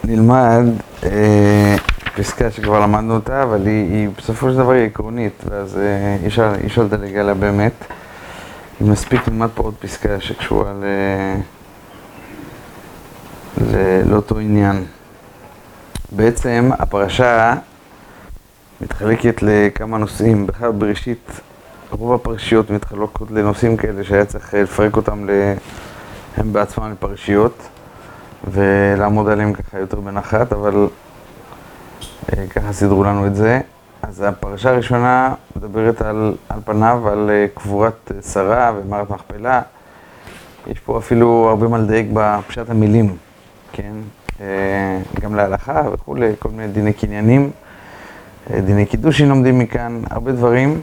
נלמד פסקה שכבר למדנו אותה, אבל היא בסופו של דבר היא עקרונית, ואז אי אפשר לדלג עליה באמת. אם מספיק נלמד פה עוד פסקה שקשורה לאותו עניין. בעצם הפרשה מתחלקת לכמה נושאים. בכלל בראשית רוב הפרשיות מתחלקות לנושאים כאלה שהיה צריך לפרק אותם הם בעצמם לפרשיות ולעמוד עליהם ככה יותר בנחת, אבל ככה סידרו לנו את זה. אז הפרשה הראשונה מדברת על פניו, על קבורת שרה ומערת מכפלה. יש פה אפילו הרבה מה לדייק בפשט המילים, כן? גם להלכה וכולי, כל מיני דיני קניינים, דיני קידושין לומדים מכאן, הרבה דברים.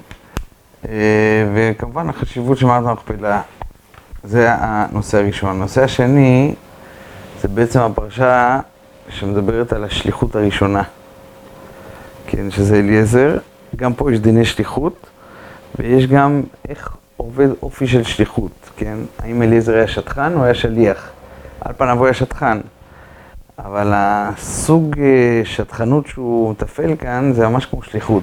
וכמובן החשיבות של מערת מכפלה, זה הנושא הראשון. הנושא השני זה בעצם הפרשה שמדברת על השליחות הראשונה, כן, שזה אליעזר. גם פה יש דיני שליחות, ויש גם איך עובד אופי של שליחות, כן? האם אליעזר היה שטחן או היה שליח? על פניו הוא היה שטחן, אבל הסוג שטחנות שהוא מטפל כאן זה ממש כמו שליחות.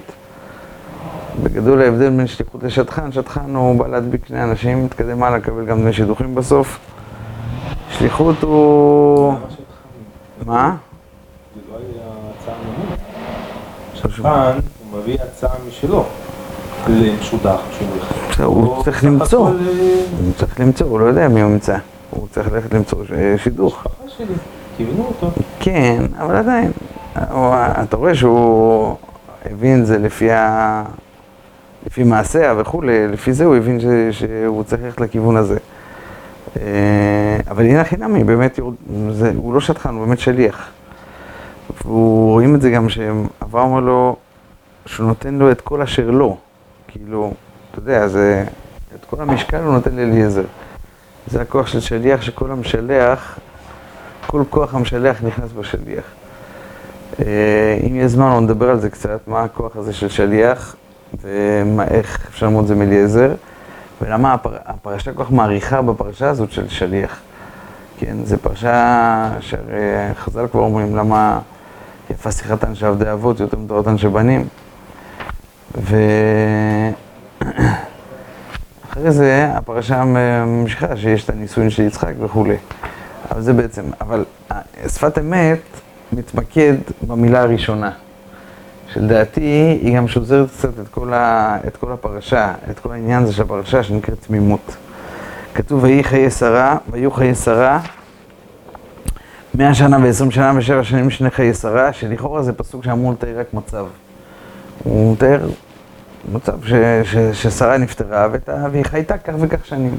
בגדול ההבדל בין שליחות לשטחן, שטחן הוא בא להדביק שני אנשים, מתקדם הלאה, לקבל גם דמי שידוכים בסוף. שליחות הוא... מה? זה לא היה הצעה ממנו. שטחן הוא מביא הצעה משלו למשודח, שליח. הוא צריך למצוא, הוא לא יודע מי הוא ימצא. הוא צריך ללכת למצוא שידוך. משפחה שלי, כיוונו אותו. כן, אבל עדיין. אתה רואה שהוא הבין זה לפי מעשיה וכולי, לפי זה הוא הבין שהוא צריך ללכת לכיוון הזה. אבל הנה חינמי, באמת, הוא לא שטחן, הוא באמת שליח. ורואים את זה גם שאברהם אומר לו, שהוא נותן לו את כל אשר לו. כאילו, אתה יודע, את כל המשקל הוא נותן לאליעזר. זה הכוח של שליח, שכל המשלח, כל כוח המשלח נכנס בשליח. אם יש זמן, אנחנו נדבר על זה קצת, מה הכוח הזה של שליח, ואיך אפשר ללמוד את זה מאליעזר, ולמה הפרשה כל כך מעריכה בפרשה הזאת של שליח. כן, זו פרשה שחז"ל כבר אומרים, למה יפה שיחתן של עבדי אבות, יותר מתורתן של בנים. אחרי זה הפרשה ממשיכה שיש את הנישואין של יצחק וכולי. אבל זה בעצם, אבל שפת אמת מתמקד במילה הראשונה. שלדעתי היא גם שוזרת קצת את כל הפרשה, את כל העניין הזה של הפרשה שנקראת תמימות. כתוב ויהיו חיי שרה 100 שנה ו20 שנה ו7 שנים שני חיי שרה, שלכאורה זה פסוק שאמור לתאר רק מצב. הוא מתאר מצב ששרה נפטרה והיא חייתה כך וכך שנים.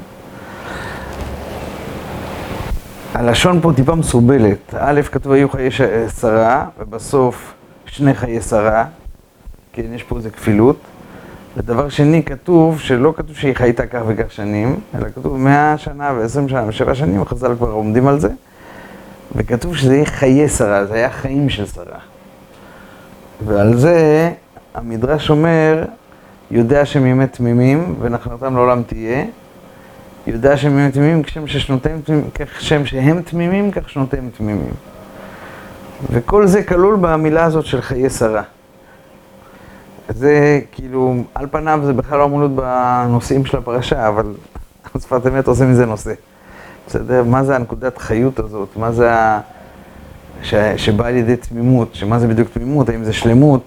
הלשון פה טיפה מסורבלת. א', כתוב היו חיי שרה, ובסוף שני חיי שרה, כן, יש פה איזה כפילות. ודבר שני, כתוב שלא כתוב שהיא חייתה כך וכך שנים, אלא כתוב 100 שנה ו20 שנה ו7 שנים, וחז"ל כבר עומדים על זה. וכתוב שזה יהיה חיי שרה, זה היה חיים של שרה. ועל זה המדרש אומר, יודע שמימי תמימים ונחלתם לעולם תהיה, יודע שמימי תמימים כשם שהם תמימים, כך שנותיהם תמימים. וכל זה כלול במילה הזאת של חיי שרה. זה כאילו, על פניו זה בכלל לא אמור להיות בנושאים של הפרשה, אבל שפת אמת עושה מזה נושא. בסדר? מה זה הנקודת חיות הזאת? מה זה שבא על ידי תמימות? שמה זה בדיוק תמימות? האם זה שלמות?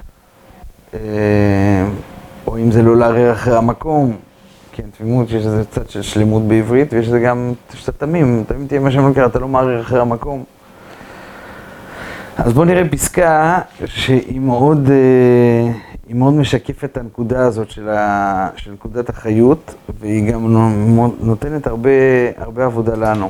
או אם זה לא לערער אחרי המקום? כן, תמימות, יש איזה צד של שלמות בעברית, ויש זה גם שאתה תמים תהיה מה שאני לא אתה לא מערער אחרי המקום. אז בואו נראה פסקה שהיא מאוד משקפת את הנקודה הזאת של נקודת החיות, והיא גם נותנת הרבה עבודה לנו.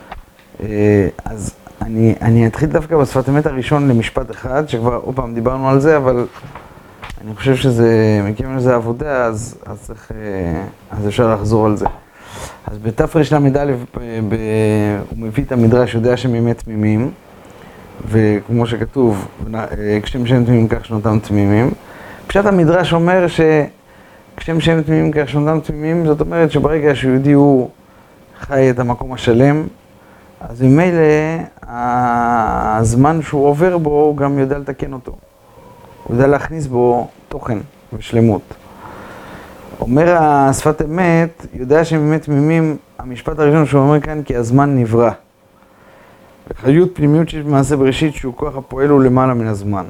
אז אני אתחיל דווקא בשפת אמת הראשון למשפט אחד, שכבר עוד פעם דיברנו על זה, אבל אני חושב שזה, מכיוון שזה עבודה, אז אפשר לחזור על זה. אז בתרל"א הוא מביא את המדרש, יודע שמימי תמימים, וכמו שכתוב, כשם שהם תמימים כך שנותם תמימים. פשט המדרש אומר שכשם שהם תמימים כך שנותם תמימים, זאת אומרת שברגע שיהודי הוא חי את המקום השלם, אז ממילא הזמן שהוא עובר בו, הוא גם יודע לתקן אותו. הוא יודע להכניס בו תוכן ושלמות. אומר השפת אמת, יודע שבאמת תמימים, המשפט הראשון שהוא אומר כאן, כי הזמן נברא. וחיות פנימיות שיש במעשה בראשית, שהוא כוח הפועל הוא למעלה מן הזמן.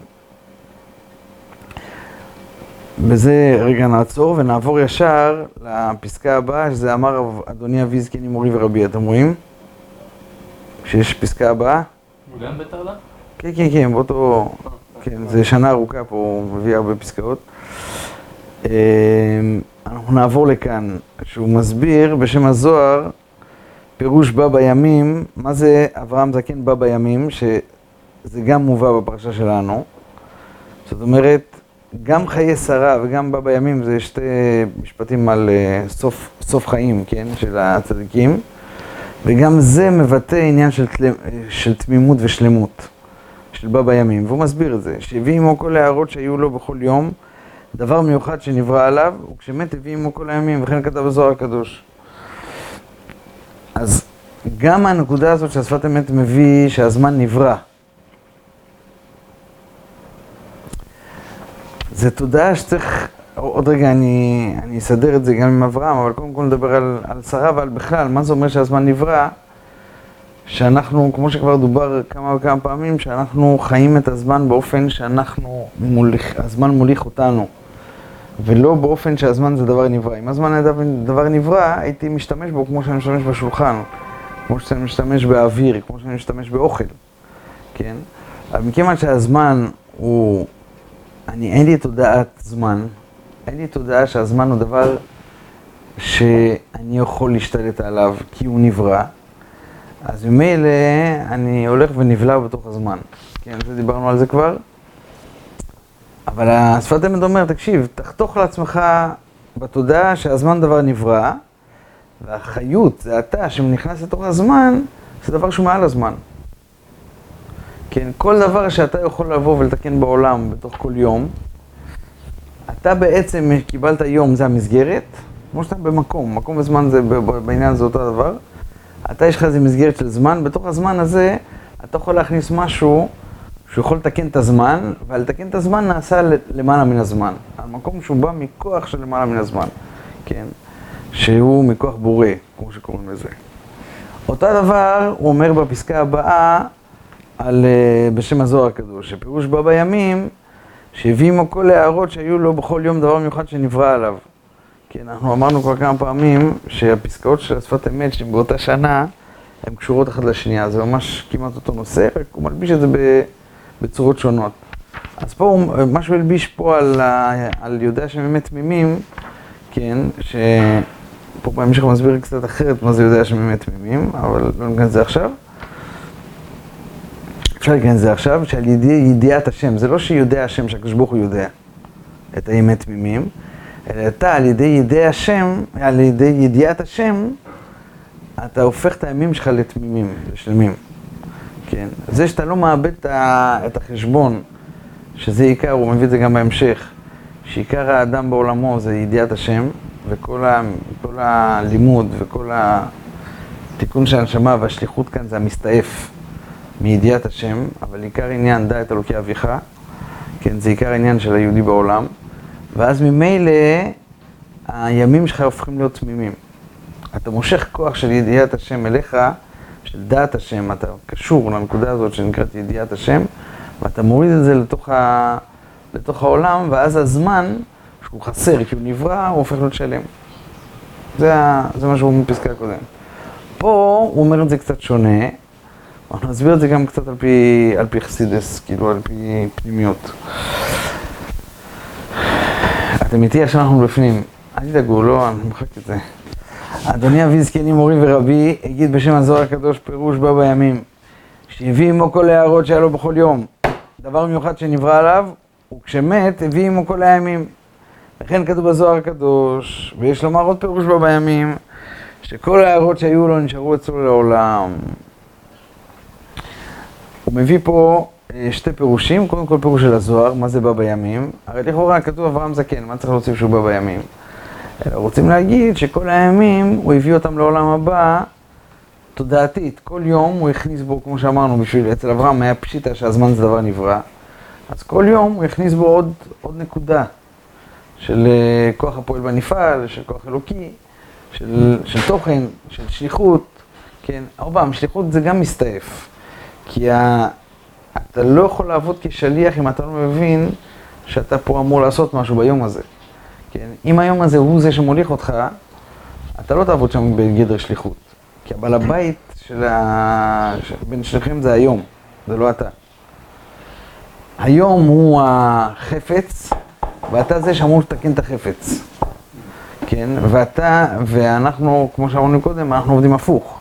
בזה רגע נעצור ונעבור ישר לפסקה הבאה, שזה אמר אדוני אבי זקני מורי ורבי. אתם רואים? שיש פסקה הבאה? הוא גם בתרלה? כן, כן, כן, באותו... כן, זה שנה ארוכה פה, הוא מביא הרבה פסקאות. אנחנו נעבור לכאן, שהוא מסביר בשם הזוהר, פירוש בא בימים, מה זה אברהם זקן בא בימים, שזה גם מובא בפרשה שלנו. זאת אומרת, גם חיי שרה וגם בא בימים זה שתי משפטים על סוף חיים, כן, של הצדיקים, וגם זה מבטא עניין של תמימות ושלמות, של בא בימים, והוא מסביר את זה, שהביא עמו כל הערות שהיו לו בכל יום, דבר מיוחד שנברא עליו, וכשמת הביא עמו כל הימים, וכן כתב בזוהר הקדוש. אז גם הנקודה הזאת שהשפת אמת מביא שהזמן נברא, זה תודעה שצריך, עוד רגע אני אסדר את זה גם עם אברהם, אבל קודם כל נדבר על שרה ועל בכלל, מה זה אומר שהזמן נברא? שאנחנו, כמו שכבר דובר כמה וכמה פעמים, שאנחנו חיים את הזמן באופן שאנחנו הזמן מוליך אותנו, ולא באופן שהזמן זה דבר נברא. אם הזמן היה דבר נברא, הייתי משתמש בו כמו שאני משתמש בשולחן, כמו שאני משתמש באוויר, כמו שאני משתמש באוכל, כן? אבל מכיוון שהזמן הוא... אין לי תודעת זמן, אין לי תודעה שהזמן הוא דבר שאני יכול להשתלט עליו כי הוא נברא, אז ממילא אני הולך ונבלע בתוך הזמן. כן, זה דיברנו על זה כבר. אבל השפת אמת אומר, תקשיב, תחתוך לעצמך בתודעה שהזמן דבר נברא, והחיות, זה אתה שנכנס לתוך הזמן, זה דבר שהוא מעל הזמן. כן, כל דבר שאתה יכול לבוא ולתקן בעולם בתוך כל יום, אתה בעצם קיבלת יום, זה המסגרת, כמו שאתה במקום, מקום וזמן זה, בעניין זה אותו דבר. אתה יש לך איזו מסגרת של זמן, בתוך הזמן הזה אתה יכול להכניס משהו שיכול לתקן את הזמן, ולתקן את הזמן נעשה למעלה מן הזמן. המקום שהוא בא מכוח של למעלה מן הזמן, כן? שהוא מכוח בורא, כמו שקוראים לזה. אותו דבר הוא אומר בפסקה הבאה, בשם הזוהר הקדוש, שפירוש בא בימים, שהביא עמו כל הערות שהיו לו בכל יום דבר מיוחד שנברא עליו. כן, אנחנו אמרנו כבר כמה פעמים שהפסקאות של השפת אמת שבאותה שנה הן קשורות אחת לשנייה, זה ממש כמעט אותו נושא, רק הוא מלביש את זה בצורות שונות. אז פה מה שהוא הלביש פה על יודע שהם באמת תמימים, כן, שפה בהמשך הוא מסביר קצת אחרת מה זה יודע שהם באמת תמימים, אבל לא ניכנס את זה עכשיו. אפשר להיכנס את זה עכשיו, שעל ידי ידיעת השם, זה לא שיודע השם שהקדוש ברוך הוא יודע את האמת תמימים, אלא אתה על ידי ידי השם, על ידי ידיעת השם, אתה הופך את הימים שלך לתמימים, לשלמים. כן? זה שאתה לא מאבד את החשבון, שזה עיקר, הוא מביא את זה גם בהמשך, שעיקר האדם בעולמו זה ידיעת השם, וכל הלימוד וכל התיקון של הנשמה והשליחות כאן זה המסתעף מידיעת השם, אבל עיקר עניין דע את אלוקי אביך, כן, זה עיקר עניין של היהודי בעולם, ואז ממילא הימים שלך הופכים להיות תמימים. אתה מושך כוח של ידיעת השם אליך, של דעת השם, אתה קשור לנקודה הזאת שנקראת ידיעת השם, ואתה מוריד את זה לתוך העולם, ואז הזמן שהוא חסר, כי הוא נברא, הוא הופך להיות שלם. זה מה שהוא בפסקה הקודם. פה הוא אומר את זה קצת שונה, אנחנו נסביר את זה גם קצת על פי חסידס, כאילו על פי פנימיות. אתם איתי עכשיו אנחנו בפנים, אל תדאגו, לא, אני מחק את זה. אדוני אבי זקני מורי ורבי, הגיד בשם הזוהר הקדוש פירוש בא בימים, שהביא עמו כל הערות שהיה לו בכל יום, דבר מיוחד שנברא עליו, וכשמת הביא עמו כל הימים. לכן כתוב בזוהר הקדוש, ויש לומר עוד פירוש בא בימים, שכל הערות שהיו לו נשארו אצלו לעולם. הוא מביא פה שתי פירושים, קודם כל פירוש של הזוהר, מה זה בא בימים, הרי לכאורה כתוב אברהם זקן, מה צריך להוסיף שהוא בא בימים? רוצים להגיד שכל הימים הוא הביא אותם לעולם הבא תודעתית, כל יום הוא הכניס בו, כמו שאמרנו, בשביל, אצל אברהם היה פשיטה שהזמן זה דבר נברא, אז כל יום הוא הכניס בו עוד נקודה של כוח הפועל בנפעל, של כוח אלוקי, של תוכן, של שליחות, כן, הרבה, שליחות זה גם מסתעף, כי אתה לא יכול לעבוד כשליח אם אתה לא מבין שאתה פה אמור לעשות משהו ביום הזה, כן, אם היום הזה הוא זה שמוליך אותך, אתה לא תעבוד שם בגדר שליחות, כי הבעל הבית בין שניכם זה היום, זה לא אתה. היום הוא החפץ, ואתה זה שאמור לתקן את החפץ. כן, ואנחנו, כמו שאמרנו קודם, אנחנו עובדים הפוך.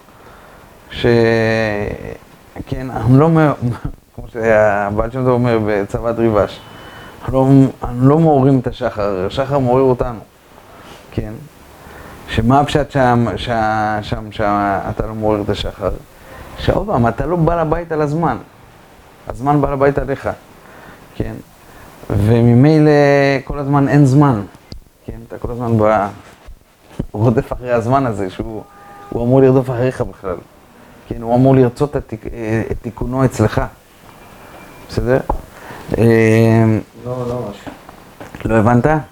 כן, אנחנו לא, כמו שהבעל שם טוב אומר בצוות ריבש, אנחנו לא מעוררים את השחר, השחר מעורר אותנו. כן, שמה הפשט שם שאתה לא מעורר את השחר? שעוד פעם, אתה לא בא לבית על הזמן. הזמן בא לבית עליך. כן, וממילא כל הזמן אין זמן, כן, אתה כל הזמן רודף אחרי הזמן הזה, שהוא אמור לרדוף אחריך בכלל, כן, הוא אמור לרצות את תיקונו אצלך, בסדר? לא משהו. לא הבנת? לא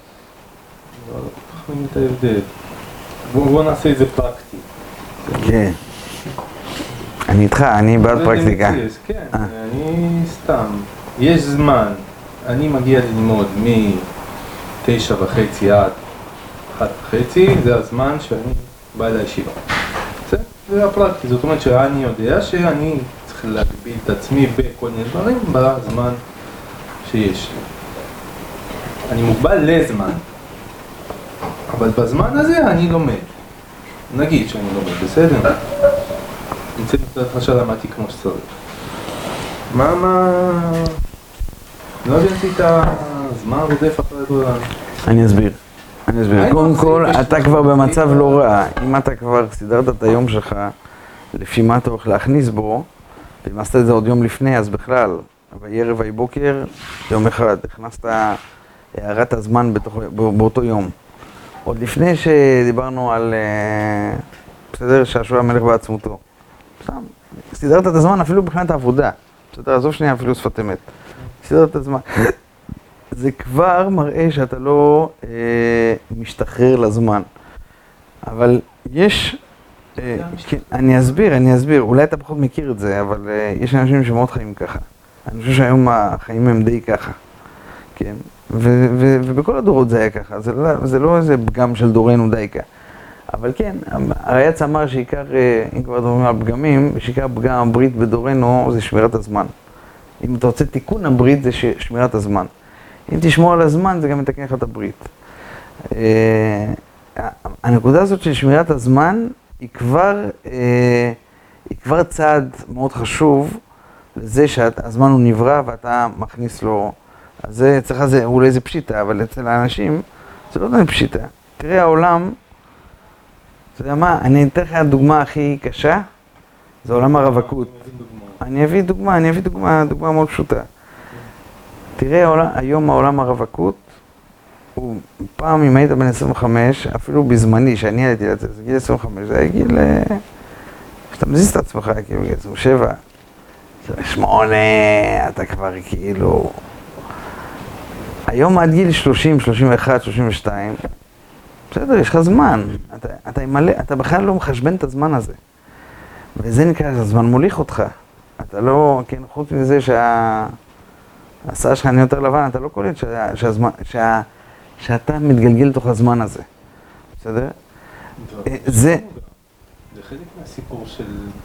תחמים את ההבדל. בוא נעשה את זה פרקטי. כן. אני איתך, אני בעד פרקטיקה. כן, אני סתם. יש זמן, אני מגיע ללמוד מ-9:30 עד 1:30, זה הזמן שאני בא לישיבה. זה הפרקטי, זאת אומרת שאני יודע שאני צריך להגביל את עצמי בכל מיני דברים בזמן שיש לי. אני מוגבל לזמן, אבל בזמן הזה אני לומד. נגיד שאני לומד, בסדר? נמצא לך שלמדתי כמו שצריך. לא הבנתי את הזמן רודף אחרי הדבר. אני אסביר. קודם כל, אתה כבר במצב לא רע. אם אתה כבר סידרת את היום שלך, לפי מה אתה הולך להכניס בו, ואם עשת את זה עוד יום לפני, אז בכלל, בערב ויהי בוקר, יום אחד, הכנסת הערת הזמן באותו יום. עוד לפני שדיברנו על, בסדר, שעשוע המלך בעצמותו. סתם, סידרת את הזמן אפילו מבחינת העבודה. בסדר, עזוב שנייה אפילו שפת אמת. סידרת את הזמן. זה כבר מראה שאתה לא משתחרר לזמן. אבל יש, כן, אני אסביר, אולי אתה פחות מכיר את זה, אבל יש אנשים שמאוד חיים ככה. אני חושב שהיום החיים הם די ככה, כן? ובכל הדורות זה היה ככה, זה לא איזה פגם של דורנו די ככה. אבל כן, הרייץ אמר שעיקר, אם כבר דברים על פגמים, שעיקר פגם הברית בדורנו זה שמירת הזמן. אם אתה רוצה תיקון הברית זה שמירת הזמן. אם תשמור על הזמן זה גם מתקן לך את הברית. הנקודה הזאת של שמירת הזמן היא כבר צעד מאוד חשוב לזה שהזמן הוא נברא ואתה מכניס לו, אז זה צריך לזה, אולי זה פשיטה, אבל אצל האנשים זה לא פשיטה. תראה העולם, אתה יודע מה, אני אתן לך דוגמה הכי קשה, זה עולם הרווקות. אני אביא דוגמה מאוד פשוטה. תראה, היום העולם הרווקות, הוא פעם אם היית בן 25, אפילו בזמני, שאני עליתי לצאת, זה גיל 25, זה היה גיל, שאתה מזיז את עצמך, כאילו, גיל 27, 8, אתה כבר כאילו, היום עד גיל 30, 31, 32, בסדר, יש לך זמן, אתה בכלל לא מחשבן את הזמן הזה, וזה נקרא שהזמן מוליך אותך, אתה לא, כן, חוץ מזה שהעשה שלך אני יותר לבן, אתה לא קולט שאתה מתגלגל תוך הזמן הזה, בסדר? זה חלק מהסיפור של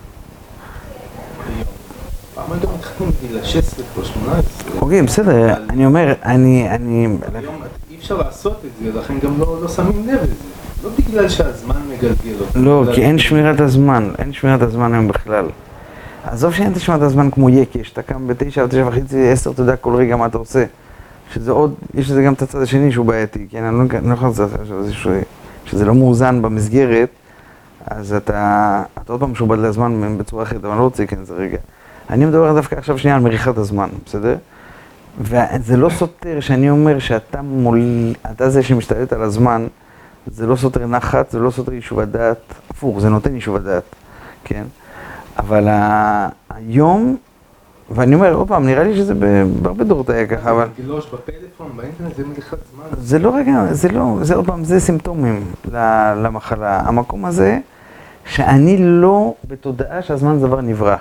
היום. פעם גם התחתנו בגיל 16 או 18. אוקיי, בסדר, אני אומר, היום אי אפשר לעשות את זה, לכן גם לא שמים לב לזה. לא בגלל שהזמן מגלגל אותו. לא, כי אין שמירת הזמן, היום בכלל. עזוב שאין תשמע את הזמן כמו יקש, אתה קם ב9 או 9:30, 10, אתה יודע כל רגע מה אתה עושה. שזה עוד, יש לזה גם את הצד השני שהוא בעייתי, כן? אני לא יכול לצאת שזה לא מאוזן במסגרת, אז אתה עוד פעם משובד לזמן בצורה אחרת, אבל אני לא רוצה להיכנס רגע. אני מדבר דווקא עכשיו שנייה על מריחת הזמן, בסדר? וזה לא סותר שאני אומר שאתה זה שמשתלט על הזמן, זה לא סותר נחת, זה לא סותר יישוב הדעת, הפוך, זה נותן יישוב הדעת. כן? אבל היום, ואני אומר, עוד פעם, נראה לי שזה בהרבה דורות היה ככה, אבל... גלוש בפלאפון, באינטרנט, זה מלכת זמן. זה לא רגע, זה עוד פעם, זה סימפטומים למחלה. המקום הזה, שאני לא בתודעה שהזמן זה דבר נברא.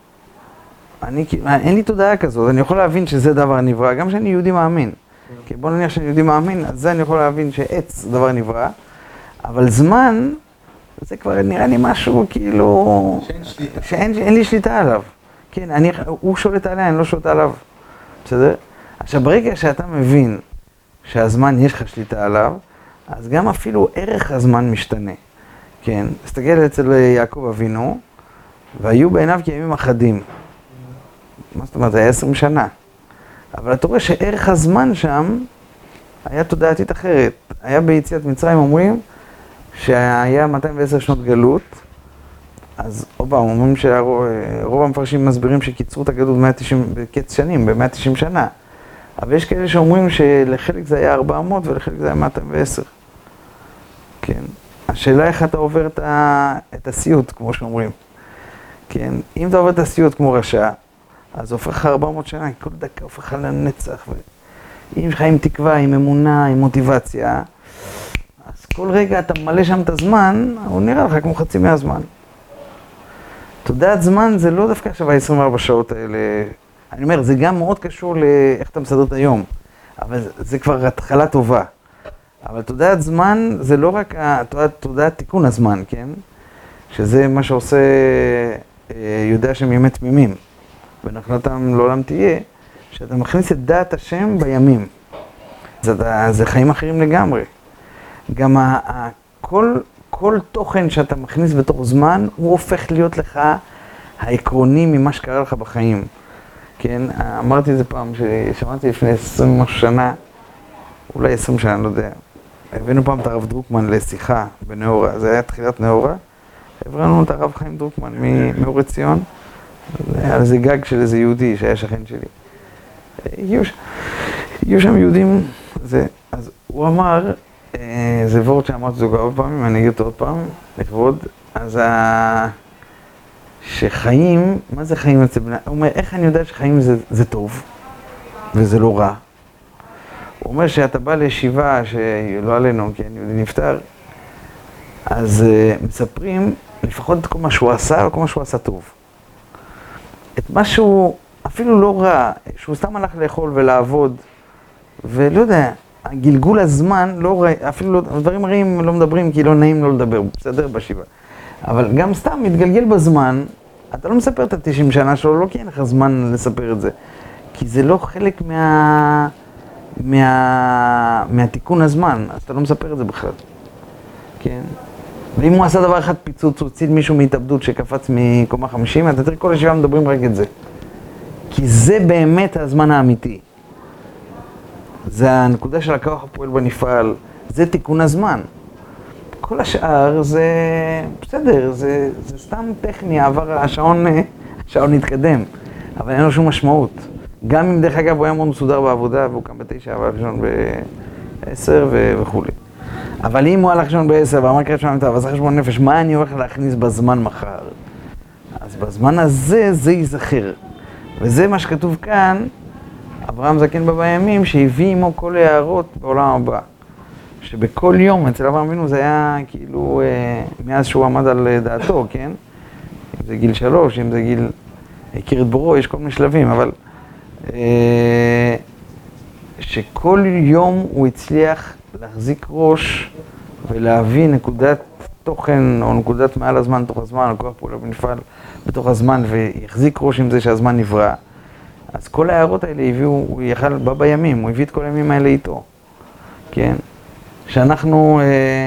אין לי תודעה כזאת, אני יכול להבין שזה דבר נברא, גם שאני יהודי מאמין. כי בוא נניח שאני יהודי מאמין, אז זה אני יכול להבין שעץ זה דבר נברא, אבל זמן, זה כבר נראה לי משהו כאילו... שאין שליטה. שאין לי שליטה עליו. כן, הוא שולט עליה, אני לא שולט עליו. בסדר? עכשיו, ברגע שאתה מבין שהזמן יש לך שליטה עליו, אז גם אפילו ערך הזמן משתנה. כן, תסתכל אצל יעקב אבינו, והיו בעיניו כימים אחדים. מה זאת אומרת? זה היה 20 שנה. אבל אתה רואה שערך הזמן שם היה תודעתית אחרת. היה ביציאת מצרים, אומרים, שהיה 210 שנות גלות, אז עוד פעם, אומרים שרוב המפרשים מסבירים שקיצרו את הגלות בקץ שנים, ב-190 שנה. אבל יש כאלה שאומרים שלחלק זה היה 400 ולחלק זה היה 210. כן. השאלה איך אתה עובר את הסיוט, כמו שאומרים. כן. אם אתה עובר את הסיוט כמו רשע, אז הופך לך 400 שנה, כל דקה הופך לך לנצח. אם יש לך עם תקווה, עם אמונה, עם מוטיבציה, אז כל רגע אתה ממלא שם את הזמן, הוא נראה לך כמו חצי מהזמן. תודעת זמן זה לא דווקא עכשיו ה-24 שעות האלה. אני אומר, זה גם מאוד קשור לאיך אתה מסדר את היום. אבל זה כבר התחלה טובה. אבל תודעת זמן זה לא רק תודעת תיקון הזמן, כן? שזה מה שעושה יודע שהם ימי תמימים. ונחלתם לעולם תהיה, שאתה מכניס את דעת השם בימים. זה חיים אחרים לגמרי. גם כל תוכן שאתה מכניס בתוך זמן, הוא הופך להיות לך העקרוני ממה שקרה לך בחיים. כן, אמרתי את זה פעם, ששמעתי לפני 20 שנה, אולי 20 שנה, לא יודע. הבאנו פעם את הרב דרוקמן לשיחה בנאורה, זה היה תחילת נאורה. הבאנו את הרב חיים דרוקמן מאור עציון, על איזה גג של איזה יהודי שהיה שכן שלי. הגיעו שם יהודים, אז הוא אמר, זה וורד שאמרתי זו כמה פעמים, אני אגיד אותו עוד פעם, לכבוד, אז שחיים, מה זה חיים אצל בני? הוא אומר, איך אני יודע שחיים זה טוב, וזה לא רע? הוא אומר שאתה בא לישיבה, שלא עלינו, כי אני נפטר, אז מספרים לפחות את כל מה שהוא עשה, וכל מה שהוא עשה טוב. את מה שהוא אפילו לא רע, שהוא סתם הלך לאכול ולעבוד, ולא יודע, הגלגול הזמן, לא רע, אפילו לא, דברים רעים לא מדברים, כי לא נעים לא לדבר, בסדר? בשיבה. אבל גם סתם מתגלגל בזמן, אתה לא מספר את ה-90 שנה שלו, לא כי אין לך זמן לספר את זה. כי זה לא חלק מהתיקון הזמן, אז אתה לא מספר את זה בכלל. כן? ואם הוא עשה דבר אחד פיצוץ, הוא הציל מישהו מהתאבדות שקפץ מקומה 50, אתה תראה כל השבעה מדברים רק את זה. כי זה באמת הזמן האמיתי. זה הנקודה של הכוח הפועל בנפעל, זה תיקון הזמן. כל השאר זה בסדר, זה סתם טכני, עבר השעון נתקדם, אבל אין לו שום משמעות. גם אם דרך אגב הוא היה מאוד מסודר בעבודה, והוא קם ב9, אבל ראשון ב10 וכו'. אבל אם הוא הלך ראשון ב10 ואמר קראת שמיים טוב, אז חשבון נפש, מה אני הולך להכניס בזמן מחר? אז בזמן הזה זה ייזכר. וזה מה שכתוב כאן, אברהם זקן בא בימים, שהביא עמו כל הערות בעולם הבא. שבכל יום אצל אברהם אבינו זה היה כאילו מאז שהוא עמד על דעתו, כן? אם זה גיל 3, אם זה גיל הכיר את בורו, יש כל מיני שלבים, אבל שכל יום הוא הצליח להחזיק ראש ולהביא נקודת תוכן או נקודת מעל הזמן בתוך הזמן, או כוח פעולה בנפעל בתוך הזמן, ויחזיק ראש עם זה שהזמן נברא. אז כל ההערות האלה הביאו, הוא יכל, בא בימים, הוא הביא את כל הימים האלה איתו, כן? שאנחנו,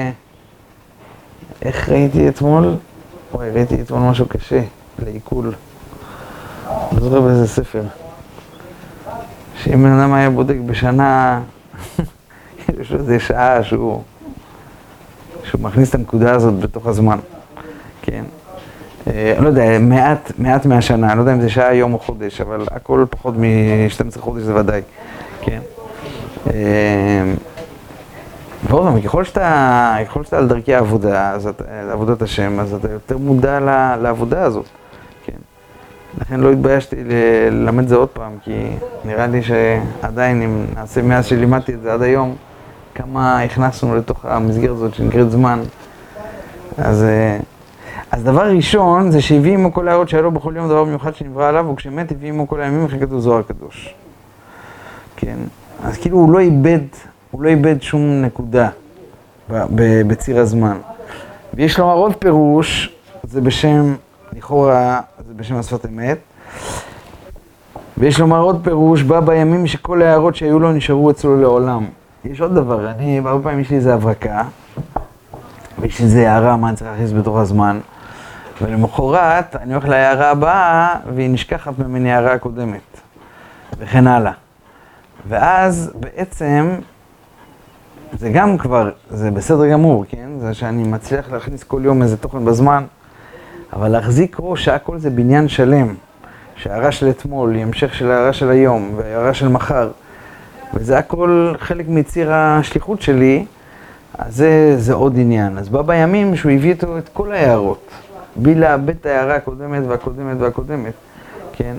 איך ראיתי אתמול? ראיתי אתמול משהו קשה, לעיכול. לא זוכר באיזה ספר. שאם בן אדם היה בודק בשנה, יש לו איזה שעה שהוא מכניס את הנקודה הזאת בתוך הזמן, כן? לא יודע, מעט מהשנה, אני לא יודע אם זה שעה, יום או חודש, אבל הכל פחות מ-12 חודש זה ודאי, כן? ועוד פעם, ככל שאתה על דרכי העבודה, עבודת השם, אז אתה יותר מודע לעבודה הזאת, כן? לכן לא התביישתי ללמד זה עוד פעם, כי נראה לי שעדיין, אם נעשה מאז שלימדתי את זה עד היום, כמה הכנסנו לתוך המסגרת הזאת שנקראת זמן. אז דבר ראשון זה שהביא עמו כל ההערות שהיה לו בכל יום דבר מיוחד שנברא עליו, וכשמת הביא עמו כל הימים וכן כתוב זוהר הקדוש. כן? אז כאילו הוא לא איבד שום נקודה בציר הזמן. ויש לו עוד פירוש, זה בשם, לכאורה, זה בשם השפת אמת. ויש לומר עוד פירוש, בא בימים שכל ההערות שהיו לו נשארו אצלו לעולם. יש עוד דבר, הרבה פעמים יש לי איזה הברקה, ויש לי איזה הערה, מה אני צריך להכניס בתוך הזמן, ולמחרת אני הולך להערה הבאה, והיא נשכחת ממני הערה הקודמת, וכן הלאה. ואז בעצם, זה גם כבר, זה בסדר גמור, כן? זה שאני מצליח להכניס כל יום איזה תוכן בזמן, אבל להחזיק ראש שהכל זה בניין שלם, שהערה של אתמול היא המשך של הערה של היום, והערה של מחר, וזה הכל חלק מציר השליחות שלי, אז זה עוד עניין. אז בא בימים שהוא הביא איתו את כל ההערות, בלי לאבד את ההערה הקודמת והקודמת והקודמת, כן?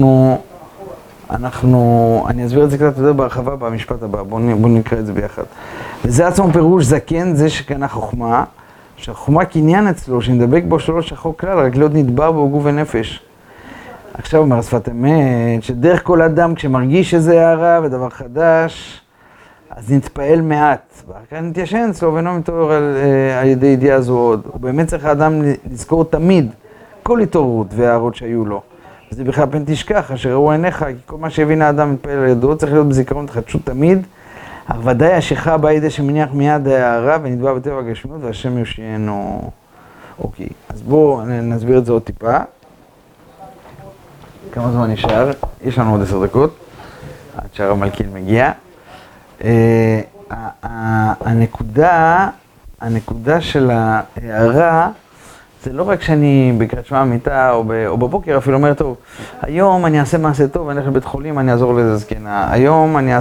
אני אסביר את זה קצת יותר בהרחבה במשפט הבא, בואו נקרא את זה ביחד. וזה עצמו פירוש זקן, זה שקנה חוכמה, שהחוכמה קניין אצלו, שנדבק בו שלא שחור כלל, רק להיות נדבר בו גוף ונפש. עכשיו אומר שפת אמת, שדרך כל אדם כשמרגיש איזה הערה ודבר חדש, אז נתפעל מעט, ואחר כך נתיישן אצלו ואינו מתעורר על ידי ידיעה זו עוד. הוא באמת צריך האדם לזכור תמיד כל התעוררות והערות שהיו לו. וזה בכלל פן תשכח, אשר ראו עיניך, כי כל מה שהבין האדם מתפעל על ידו, צריך להיות בזיכרון התחדשות תמיד, אך ודאי השיכה באה ידי שמניח מיד הערה ונתבע בטבע הגשמיות והשם יושיענו. אוקיי, אז בואו נסביר את זה עוד טיפה. כמה זמן נשאר? יש לנו עוד 10 דקות, עד שהרב מלכין מגיע. הנקודה של ההערה, זה לא רק שאני בקריאת שמע מיטה או בבוקר אפילו אומר, טוב, היום אני אעשה מעשה טוב, אני אלך לבית חולים, אני אעזור לאיזה זקנה, היום אני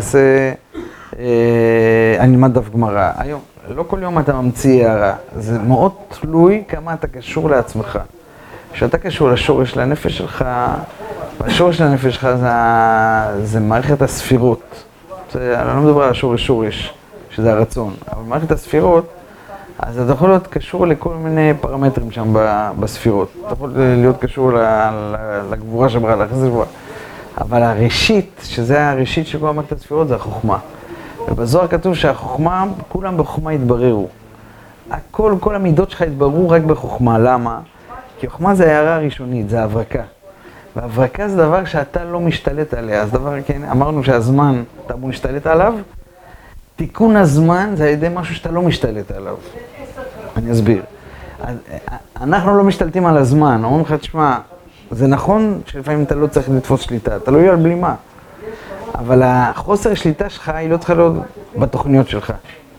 אלמד דף גמרא, היום, לא כל יום אתה ממציא הערה, זה מאוד תלוי כמה אתה קשור לעצמך. כשאתה קשור לשורש לנפש שלך, והשורש של הנפש שלך זה מערכת הספירות. אני לא מדבר על השורש, שזה הרצון, אבל מערכת הספירות, אז אתה יכול להיות קשור לכל מיני פרמטרים שם בספירות. אתה יכול להיות קשור לגבורה שברה, לחסד גבורה. אבל הראשית, שזה הראשית של כל מערכת הספירות, זה החוכמה. ובזוהר כתוב שהחוכמה, כולם בחוכמה התבררו. כל המידות שלך התבררו רק בחוכמה. למה? כי חוכמה זה הערה הראשונית, זה הברקה. והברקה זה דבר שאתה לא משתלט עליה. אז דבר, כן, אמרנו שהזמן, אתה אמור להשתלט עליו. תיקון הזמן זה על ידי משהו שאתה לא משתלט עליו. אני אסביר. אנחנו לא משתלטים על הזמן. אומרים לך, תשמע, זה נכון שלפעמים אתה לא צריך לתפוס שליטה, אתה לא יהיה על בלימה. אבל החוסר השליטה שלך היא לא צריכה להיות בתוכניות שלך.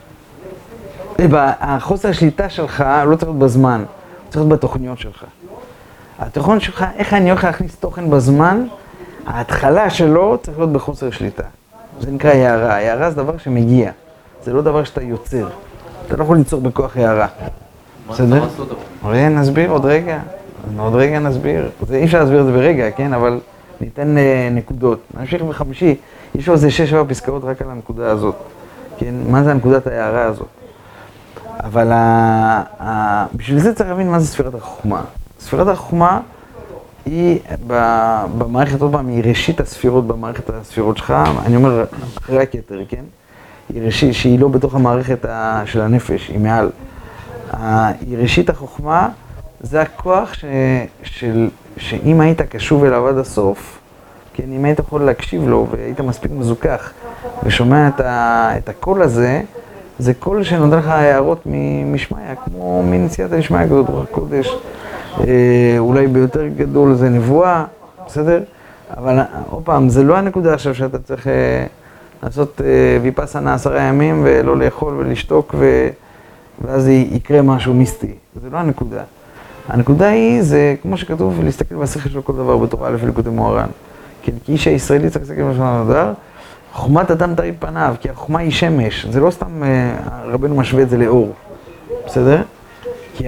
החוסר השליטה שלך לא צריך להיות בזמן, הוא צריך להיות בתוכניות שלך. התוכניות שלך, איך אני הולך להכניס תוכן בזמן, ההתחלה שלו צריך להיות בחוסר שליטה. זה נקרא הערה. הערה זה דבר שמגיע, זה לא דבר שאתה יוצר. אתה לא יכול ליצור בכוח הערה. בסדר? נסביר עוד רגע. עוד רגע נסביר. אי אפשר להסביר את זה ברגע, כן? אבל ניתן נקודות. נמשיך בחמישי, יש לו איזה 6-7 פסקאות רק על הנקודה הזאת. כן? מה זה הנקודת ההערה הזאת? אבל בשביל זה צריך להבין מה זה ספירת החוכמה. ספירת החוכמה היא במערכת, עוד פעם, היא ראשית הספירות במערכת הספירות שלך, אני אומר אחרי הכתר, כן? היא ראשית שהיא לא בתוך המערכת של הנפש, היא מעל. היא ראשית החוכמה, זה הכוח שאם היית קשוב אליו עד הסוף, כן, אם היית יכול להקשיב לו והיית מספיק מזוכח ושומע את הקול הזה, זה קול שנותן לך הערות משמעיה, כמו מנסיעת המשמעיה כזאת, רוח הקודש. אולי ביותר גדול זה נבואה, בסדר? אבל עוד פעם, זה לא הנקודה עכשיו שאתה צריך לעשות ויפאסנה 10 ימים ולא לאכול ולשתוק ואז יקרה משהו מיסטי. זה לא הנקודה. הנקודה היא, זה כמו שכתוב, להסתכל בשכל של כל דבר בתורה א' ליקוטי מוהר"ן. כן, כי איש הישראלי צריך להסתכל בשביל הנדר, חוכמת אדם תאיר פניו, כי החוכמה היא שמש, זה לא סתם רבנו משווה את זה לאור, בסדר? כי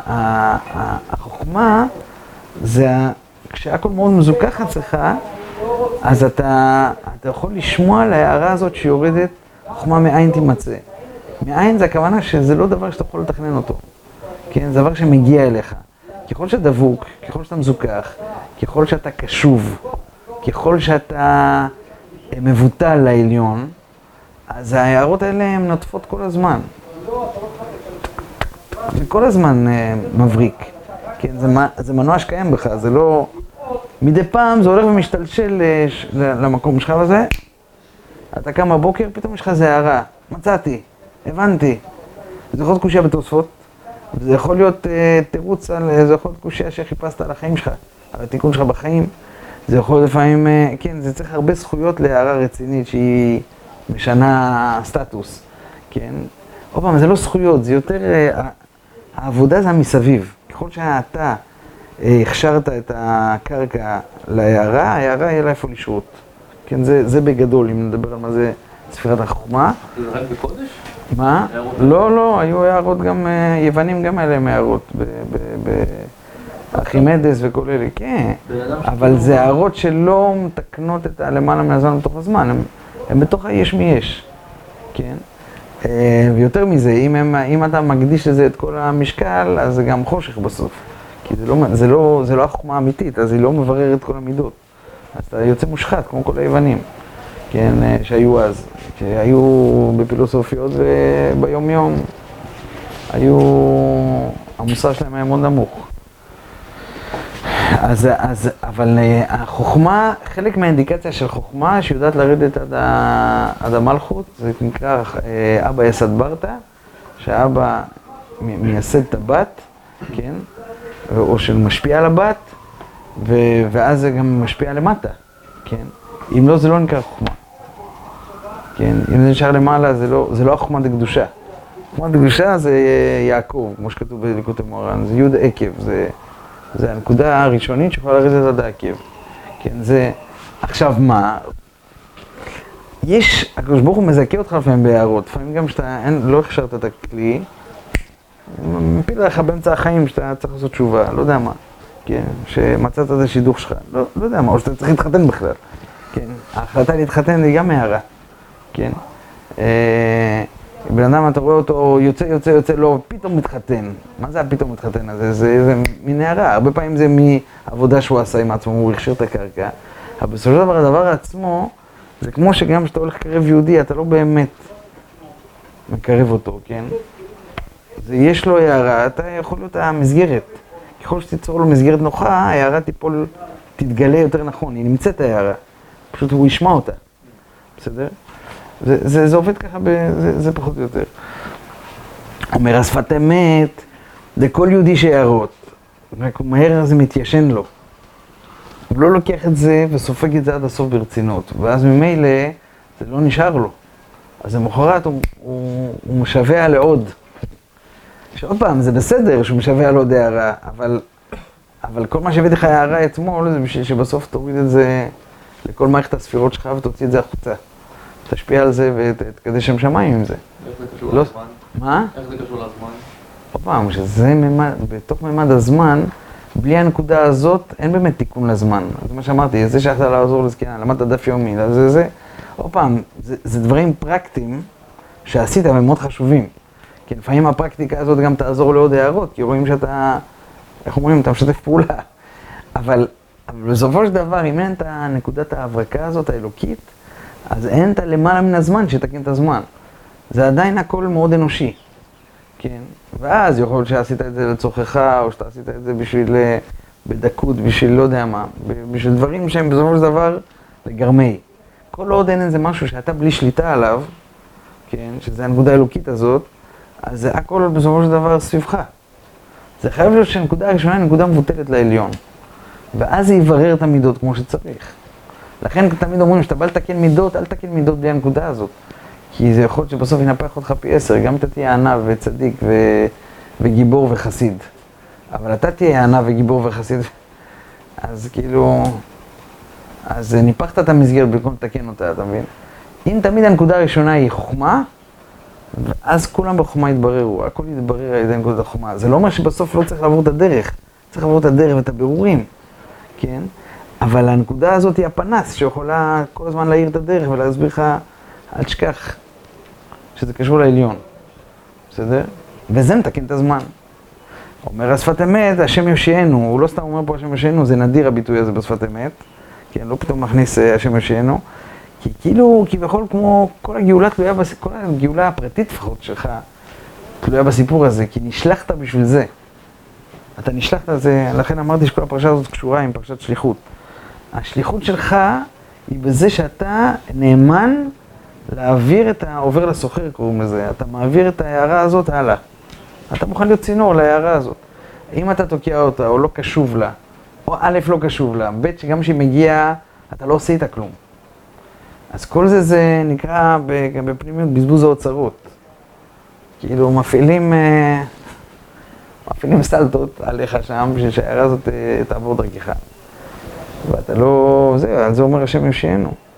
החוכמה זה, כשהכל מאוד מזוכח אצלך, אז אתה יכול לשמוע על ההערה הזאת שיורדת, חוכמה מאין תימצא. מאין זה הכוונה שזה לא דבר שאתה יכול לתכנן אותו, כן? זה דבר שמגיע אליך. ככל שאתה דבוק, ככל שאתה מזוכח, ככל שאתה קשוב, ככל שאתה מבוטל לעליון, אז ההערות האלה הן נוטפות כל הזמן. זה כל הזמן מבריק, כן? זה מנוע שקיים בך, זה לא... מדי פעם זה הולך ומשתלשל למקום שלך וזה, אתה קם בבוקר, פתאום יש לך איזה הערה, מצאתי, הבנתי. זה יכול להיות קושיה בתוספות, וזה יכול להיות תירוץ על, זה יכול להיות קושיה שחיפשת על החיים שלך, על התיקון שלך בחיים. זה יכול להיות לפעמים, כן, זה צריך הרבה זכויות להערה רצינית שהיא משנה סטטוס, כן? עוד פעם, זה לא זכויות, זה יותר, העבודה זה המסביב. ככל שאתה הכשרת את הקרקע להערה, ההערה יהיה לה איפה לשרות. כן, זה בגדול, אם נדבר על מה זה ספירת החוכמה. זה רק בקודש? מה? לא, היו הערות גם, יוונים גם עליהם הערות, ארכימדס וכל אלה, כן. אבל זה הערות שלא מתקנות את הלמעלה מהזמן בתוך הזמן, הם בתוך היש מיש, כן? ויותר מזה, אם אתה מקדיש לזה את כל המשקל, אז זה גם חושך בסוף. כי זה לא החוכמה האמיתית, אז היא לא מבררת את כל המידות. אז אתה יוצא מושחת, כמו כל היוונים, כן, שהיו אז. שהיו בפילוסופיות וביום יום, המוסר שלהם היה מאוד נמוך. אבל החוכמה, חלק מהאינדיקציה של חוכמה שיודעת לרדת עד המלכות, זה נקרא אבא יסד ברטה, שהאבא מייסד את הבת, כן? או שמשפיע על הבת, ואז זה גם משפיע למטה, כן? אם לא, זה לא נקרא חוכמה. כן? אם זה נשאר למעלה, זה לא החוכמה דקדושה. חוכמה דקדושה זה יעקב, כמו שכתוב בליקוטי מוהר"ן, זה י' עקב, זה הנקודה הראשונית שיכולה לרדת עד העקב. כן, זה... עכשיו מה? הקדוש ברוך הוא מזכה אותך לפעמים בהערות, לפעמים גם שאתה לא הכשרת את הכלי, מפיל לך באמצע החיים שאתה צריך לעשות תשובה, לא יודע מה, כן, שמצאת את השידוך שלך, לא יודע מה, או שאתה צריך להתחתן בכלל, כן, ההחלטה להתחתן היא גם הערה, כן, בן אדם אתה רואה אותו יוצא, לא, פתאום מתחתן, מה זה הפתאום מתחתן הזה? זה מין הערה, הרבה פעמים זה מעבודה שהוא עשה עם עצמו, הוא הכשיר את הקרקע, אבל בסופו של דבר הדבר עצמו, זה כמו שגם כשאתה הולך לקרב יהודי, אתה לא באמת מקרב אותו, כן? יש לו הערה, אתה יכול להיות המסגרת. ככל שתיצור לו מסגרת נוחה, ההערה תתגלה יותר נכון, היא נמצאת ההערה. פשוט הוא ישמע אותה. בסדר? זה עובד ככה, זה פחות או יותר. אומר, השפת אמת, לכל יהודי שהערות. רק הוא מהר זה מתיישן לו. הוא לא לוקח את זה וסופג את זה עד הסוף ברצינות. ואז ממילא זה לא נשאר לו. אז למחרת הוא משווע לעוד. שעוד פעם, זה בסדר שהוא משווע לעוד הערה, אבל כל מה שהבאתי לך הערה אתמול, זה בשביל שבסוף תוריד את זה לכל מערכת הספירות שלך ותוציא את זה החוצה. תשפיע על זה ותקדש שם שמיים עם זה. איך זה קשור לזמן? מה? איך זה קשור לזמן? עוד פעם, שזה בתוך ממד הזמן, בלי הנקודה הזאת, אין באמת תיקון לזמן. זה מה שאמרתי, זה שהלכת לעזור לזקינה, למדת דף יומי, זה. עוד פעם, זה דברים פרקטיים שעשית והם מאוד חשובים. כי לפעמים הפרקטיקה הזאת גם תעזור לעוד הערות, כי רואים שאתה, איך אומרים, אתה משתף פעולה. אבל בסופו של דבר, אם אין את נקודת ההברקה הזאת, האלוקית, אז אין את למעלה מן הזמן שתקן את הזמן. זה עדיין הכל מאוד אנושי. כן? ואז יכול להיות שעשית את זה לצורכך, או שאתה עשית את זה בשביל, בדקות, בשביל לא יודע מה, בשביל דברים שהם בסופו של דבר לגרמי. כל עוד אין איזה משהו שאתה בלי שליטה עליו, כן? שזה הנקודה האלוקית הזאת, אז זה הכל בסופו של דבר סביבך. זה חייב להיות שהנקודה הראשונה היא נקודה מבוטלת לעליון. ואז זה יברר את המידות כמו שצריך. לכן תמיד אומרים שאתה בא לתקן מידות, אל תקן מידות בלי הנקודה הזאת. כי זה יכול להיות שבסוף ינפח אותך פי 10, גם אתה תהיה ענב וצדיק וגיבור וחסיד. אבל אתה תהיה ענב וגיבור וחסיד, אז כאילו... אז ניפחת את המסגרת במקום לתקן אותה, אתה מבין? אם תמיד הנקודה הראשונה היא חוכמה, אז כולם בחוכמה יתבררו, הכל יתברר על ידי נקודת החוכמה. זה לא אומר שבסוף לא צריך לעבור את הדרך, צריך לעבור את הדרך ואת הבירורים, כן? אבל הנקודה הזאת היא הפנס שיכולה כל הזמן להאיר את הדרך ולהסביר לך, אל תשכח שזה קשור לעליון, בסדר? וזה מתקן את הזמן. אומר השפת אמת, השם יושיענו, הוא לא סתם אומר פה השם יושיענו, זה נדיר הביטוי הזה בשפת אמת, כן, לא פתאום מכניס השם יושיענו, כי כאילו, כביכול כמו כל הגאולה תלויה, כל הגאולה הפרטית לפחות שלך, תלויה בסיפור הזה, כי נשלחת בשביל זה. אתה נשלחת על זה, לכן אמרתי שכל הפרשה הזאת קשורה עם פרשת שליחות. השליחות שלך היא בזה שאתה נאמן להעביר את העובר לסוחר, קוראים לזה. אתה מעביר את ההערה הזאת הלאה. אתה מוכן להיות צינור להערה הזאת. אם אתה תוקע אותה או לא קשוב לה, או א' לא קשוב לה, ב' שגם כשהיא מגיעה, אתה לא עושה איתה כלום. אז כל זה נקרא בפנימיות בזבוז האוצרות. כאילו מפעילים סלטות עליך שם, בשביל שההערה הזאת תעבור דרכך. ואתה לא, על זה אומר השם יושיענו.